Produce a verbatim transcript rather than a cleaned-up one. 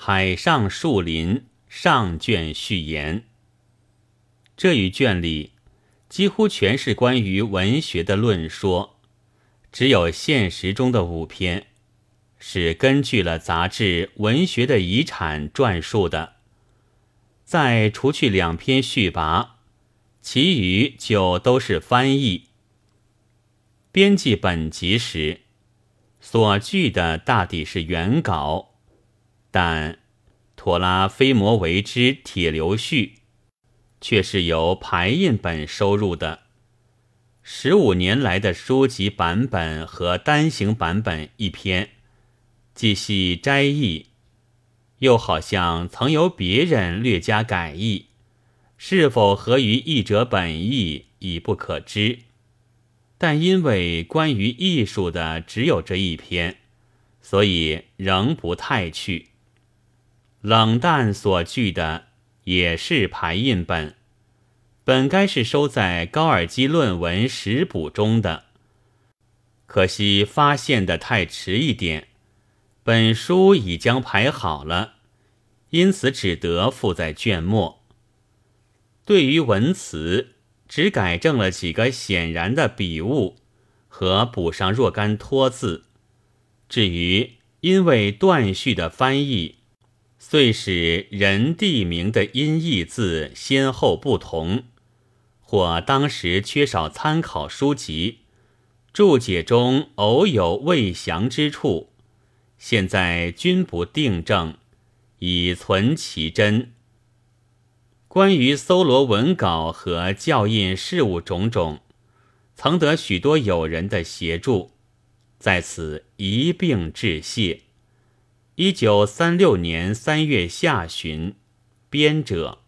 海上树林上卷序言。这一卷里几乎全是关于文学的论说，只有现实中的五篇是根据了杂志《文学的遗产》撰述的，再除去两篇序跋，其余就都是翻译。编辑本集时，所据的大抵是原稿，但妥拉菲摩维之铁流序却是由排印本收入的。十五年来的书籍版本和单行版本一篇，既系摘译，又好像曾由别人略加改译，是否合于译者本意已不可知。但因为关于艺术的只有这一篇，所以仍不太去。冷淡所据的也是排印本，本该是收在高尔基论文实补中的，可惜发现的太迟一点，本书已将排好了，因此只得附在卷末。对于文辞，只改正了几个显然的笔误和补上若干托字，至于因为断续的翻译，遂使人地名的音译字先后不同，或当时缺少参考书籍，注解中偶有未详之处，现在均不订正，以存其真。关于搜罗文稿和校印事务种种，曾得许多友人的协助，在此一并致谢。一九三六年三月下旬，编者。